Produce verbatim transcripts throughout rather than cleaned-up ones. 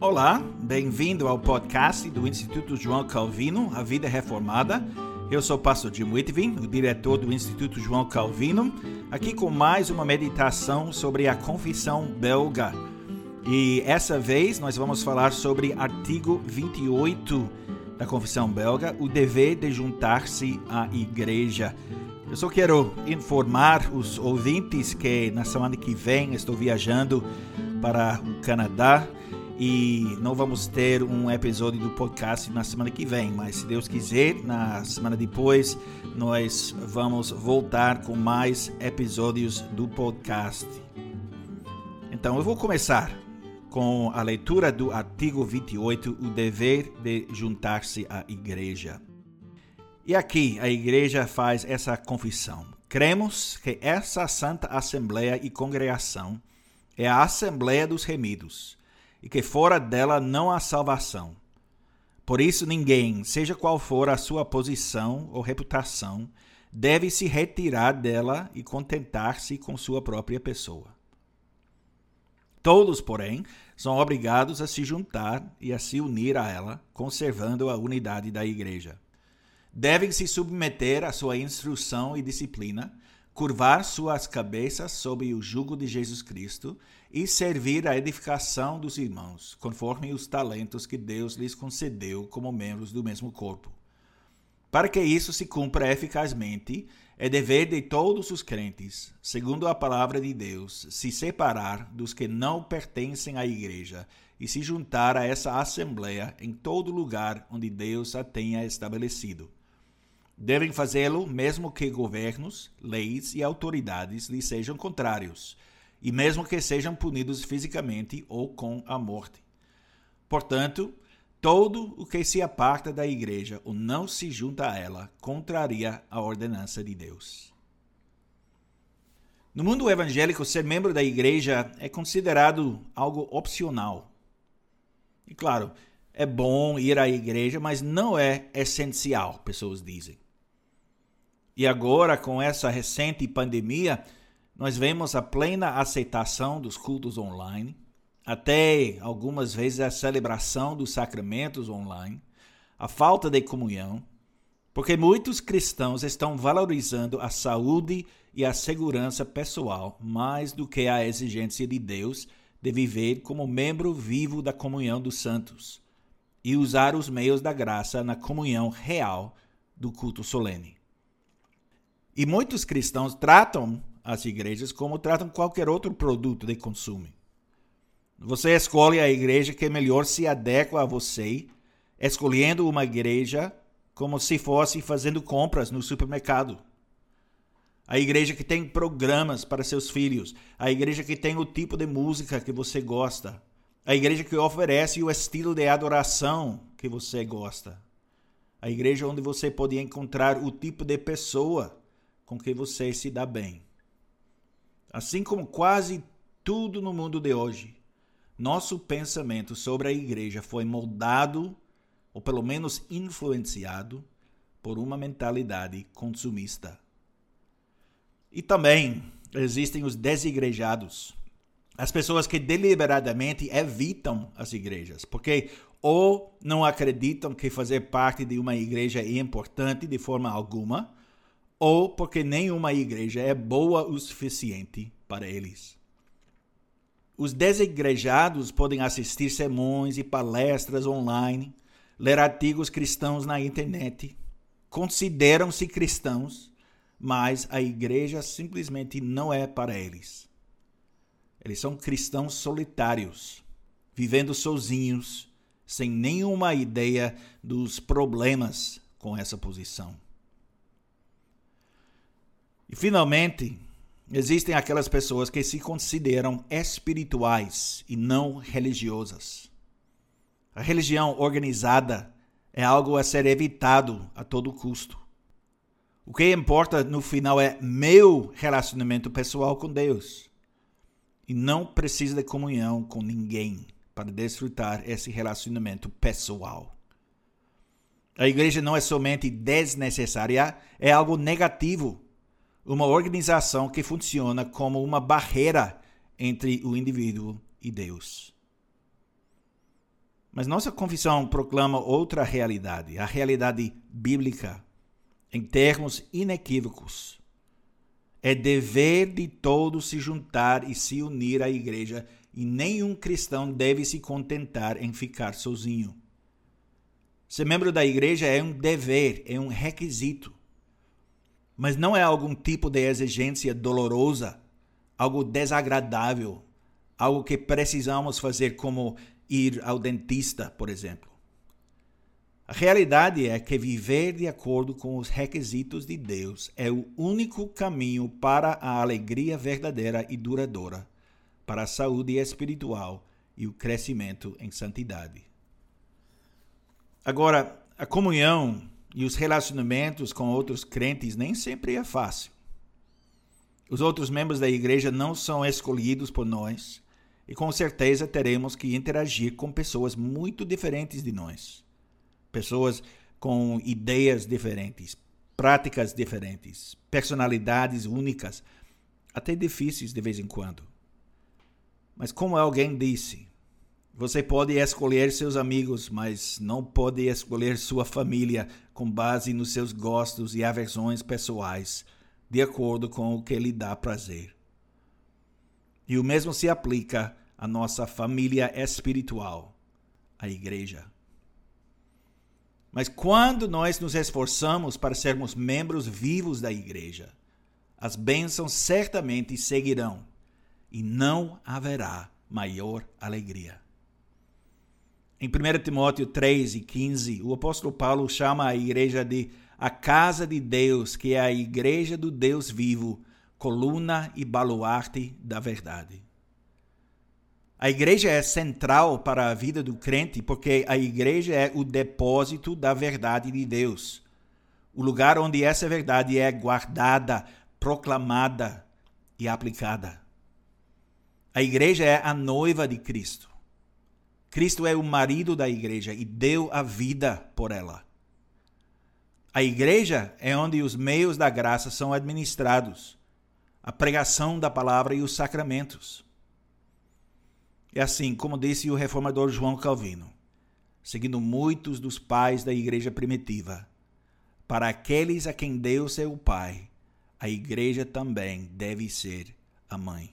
Olá, bem-vindo ao podcast do Instituto João Calvino, A Vida Reformada. Eu sou o pastor Jim Whitby, o diretor do Instituto João Calvino, aqui com mais uma meditação sobre a Confissão Belga. E essa vez nós vamos falar sobre artigo vinte e oito da Confissão Belga, o dever de juntar-se à igreja. Eu só quero informar os ouvintes que na semana que vem estou viajando para o Canadá e não vamos ter um episódio do podcast na semana que vem, mas se Deus quiser, na semana depois, nós vamos voltar com mais episódios do podcast. Então, eu vou começar com a leitura do artigo vinte e oito, o dever de juntar-se à igreja. E aqui a igreja faz essa confissão. Cremos que essa santa assembleia e congregação é a assembleia dos remidos, e que fora dela não há salvação. Por isso ninguém, seja qual for a sua posição ou reputação, deve se retirar dela e contentar-se com sua própria pessoa. Todos, porém, são obrigados a se juntar e a se unir a ela, conservando a unidade da igreja. Devem se submeter à sua instrução e disciplina, curvar suas cabeças sob o jugo de Jesus Cristo e servir à edificação dos irmãos, conforme os talentos que Deus lhes concedeu como membros do mesmo corpo. Para que isso se cumpra eficazmente, é dever de todos os crentes, segundo a palavra de Deus, se separar dos que não pertencem à igreja e se juntar a essa assembleia em todo lugar onde Deus a tenha estabelecido. Devem fazê-lo mesmo que governos, leis e autoridades lhes sejam contrários, e mesmo que sejam punidos fisicamente ou com a morte. Portanto, todo o que se aparta da igreja ou não se junta a ela contraria a ordenança de Deus. No mundo evangélico, ser membro da igreja é considerado algo opcional. E claro, é bom ir à igreja, mas não é essencial, pessoas dizem. E agora, com essa recente pandemia, nós vemos a plena aceitação dos cultos online, até algumas vezes a celebração dos sacramentos online, a falta de comunhão, porque muitos cristãos estão valorizando a saúde e a segurança pessoal mais do que a exigência de Deus de viver como membro vivo da comunhão dos santos e usar os meios da graça na comunhão real do culto solene. E muitos cristãos tratam as igrejas como tratam qualquer outro produto de consumo. Você escolhe a igreja que melhor se adequa a você, escolhendo uma igreja como se fosse fazendo compras no supermercado. A igreja que tem programas para seus filhos, a igreja que tem o tipo de música que você gosta, a igreja que oferece o estilo de adoração que você gosta, a igreja onde você pode encontrar o tipo de pessoa com que você se dá bem. Assim como quase tudo no mundo de hoje, nosso pensamento sobre a igreja foi moldado, ou pelo menos influenciado, por uma mentalidade consumista. E também existem os desigrejados, as pessoas que deliberadamente evitam as igrejas, porque ou não acreditam que fazer parte de uma igreja é importante de forma alguma, ou porque nenhuma igreja é boa o suficiente para eles. Os desigrejados podem assistir sermões e palestras online, ler artigos cristãos na internet, consideram-se cristãos, mas a igreja simplesmente não é para eles. Eles são cristãos solitários, vivendo sozinhos, sem nenhuma ideia dos problemas com essa posição. E, finalmente, existem aquelas pessoas que se consideram espirituais e não religiosas. A religião organizada é algo a ser evitado a todo custo. O que importa no final é meu relacionamento pessoal com Deus. E não preciso de comunhão com ninguém para desfrutar esse relacionamento pessoal. A igreja não é somente desnecessária, é algo negativo. Uma organização que funciona como uma barreira entre o indivíduo e Deus. Mas nossa confissão proclama outra realidade, a realidade bíblica, em termos inequívocos. É dever de todos se juntar e se unir à igreja, e nenhum cristão deve se contentar em ficar sozinho. Ser membro da igreja é um dever, é um requisito. Mas não é algum tipo de exigência dolorosa, algo desagradável, algo que precisamos fazer como ir ao dentista, por exemplo. A realidade é que viver de acordo com os requisitos de Deus é o único caminho para a alegria verdadeira e duradoura, para a saúde espiritual e o crescimento em santidade. Agora, a comunhão e os relacionamentos com outros crentes nem sempre é fácil. Os outros membros da igreja não são escolhidos por nós e com certeza teremos que interagir com pessoas muito diferentes de nós. Pessoas com ideias diferentes, práticas diferentes, personalidades únicas, até difíceis de vez em quando. Mas como alguém disse, você pode escolher seus amigos, mas não pode escolher sua família com base nos seus gostos e aversões pessoais, de acordo com o que lhe dá prazer. E o mesmo se aplica à nossa família espiritual, a igreja. Mas quando nós nos esforçamos para sermos membros vivos da igreja, as bênçãos certamente seguirão e não haverá maior alegria. Em primeiro Timóteo três e quinze, o apóstolo Paulo chama a igreja de a casa de Deus, que é a igreja do Deus vivo, coluna e baluarte da verdade. A igreja é central para a vida do crente porque a igreja é o depósito da verdade de Deus, o lugar onde essa verdade é guardada, proclamada e aplicada. A igreja é a noiva de Cristo. Cristo é o marido da igreja e deu a vida por ela. A igreja é onde os meios da graça são administrados, a pregação da palavra e os sacramentos. É assim, como disse o reformador João Calvino, seguindo muitos dos pais da igreja primitiva, para aqueles a quem Deus é o Pai, a igreja também deve ser a mãe.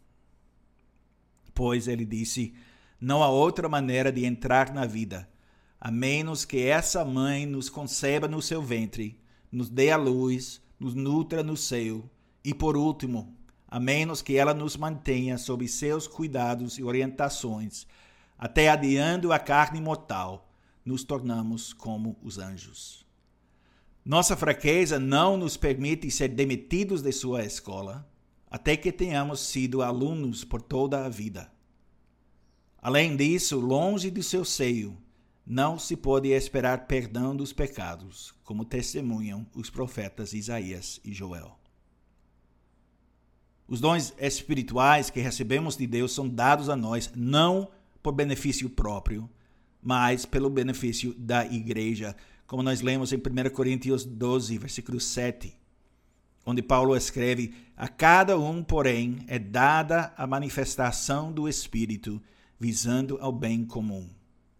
Pois ele disse, não há outra maneira de entrar na vida, a menos que essa mãe nos conceba no seu ventre, nos dê a luz, nos nutra no seio, e por último, a menos que ela nos mantenha sob seus cuidados e orientações, até adiando a carne mortal, nos tornamos como os anjos. Nossa fraqueza não nos permite ser demitidos de sua escola, até que tenhamos sido alunos por toda a vida. Além disso, longe do seu seio, não se pode esperar perdão dos pecados, como testemunham os profetas Isaías e Joel. Os dons espirituais que recebemos de Deus são dados a nós não por benefício próprio, mas pelo benefício da igreja, como nós lemos em primeira Coríntios doze, versículo sete, onde Paulo escreve, a cada um, porém, é dada a manifestação do Espírito, visando ao bem comum.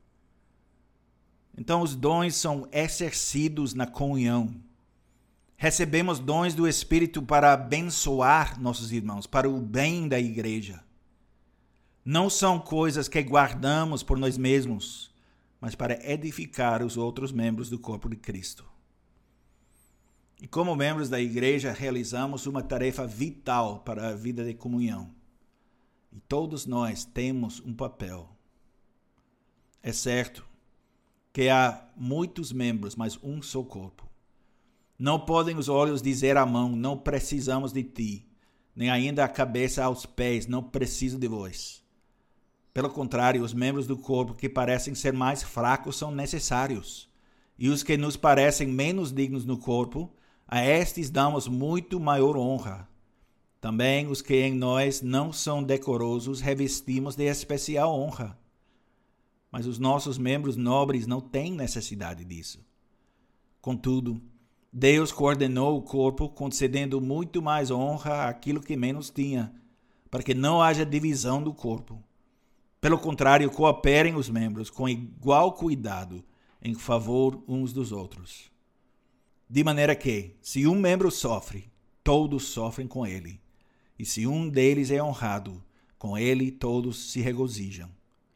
Então, os dons são exercidos na comunhão. Recebemos dons do Espírito para abençoar nossos irmãos, para o bem da igreja. Não são coisas que guardamos por nós mesmos, mas para edificar os outros membros do corpo de Cristo. E como membros da igreja, realizamos uma tarefa vital para a vida de comunhão. E todos nós temos um papel. É certo que há muitos membros, mas um só corpo. Não podem os olhos dizer à mão, não precisamos de ti, nem ainda a cabeça aos pés, não preciso de vós. Pelo contrário, os membros do corpo que parecem ser mais fracos são necessários, e os que nos parecem menos dignos no corpo, a estes damos muito maior honra. Também os que em nós não são decorosos revestimos de especial honra. Mas os nossos membros nobres não têm necessidade disso. Contudo, Deus coordenou o corpo, concedendo muito mais honra àquilo que menos tinha, para que não haja divisão do corpo, Pelo contrário, cooperem os membros com igual cuidado em favor uns dos outros. De maneira que, se um membro sofre, todos sofrem com ele. E se um deles é honrado, com ele todos se regozijam.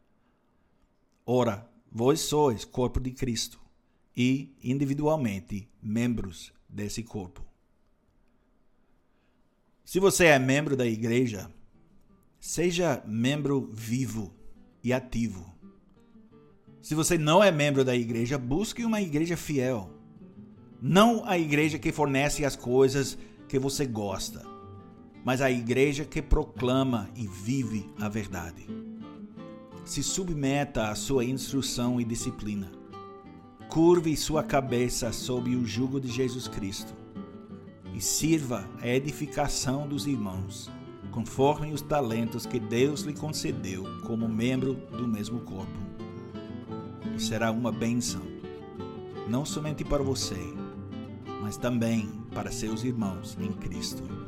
Ora, vós sois corpo de Cristo e, individualmente, membros desse corpo. Se você é membro da igreja, seja membro vivo e ativo. Se você não é membro da igreja, busque uma igreja fiel. Não a igreja que fornece as coisas que você gosta, mas a igreja que proclama e vive a verdade. Se submeta à sua instrução e disciplina. Curve sua cabeça sob o jugo de Jesus Cristo e sirva a edificação dos irmãos, conforme os talentos que Deus lhe concedeu como membro do mesmo corpo. E será uma bênção, não somente para você, mas também para seus irmãos em Cristo.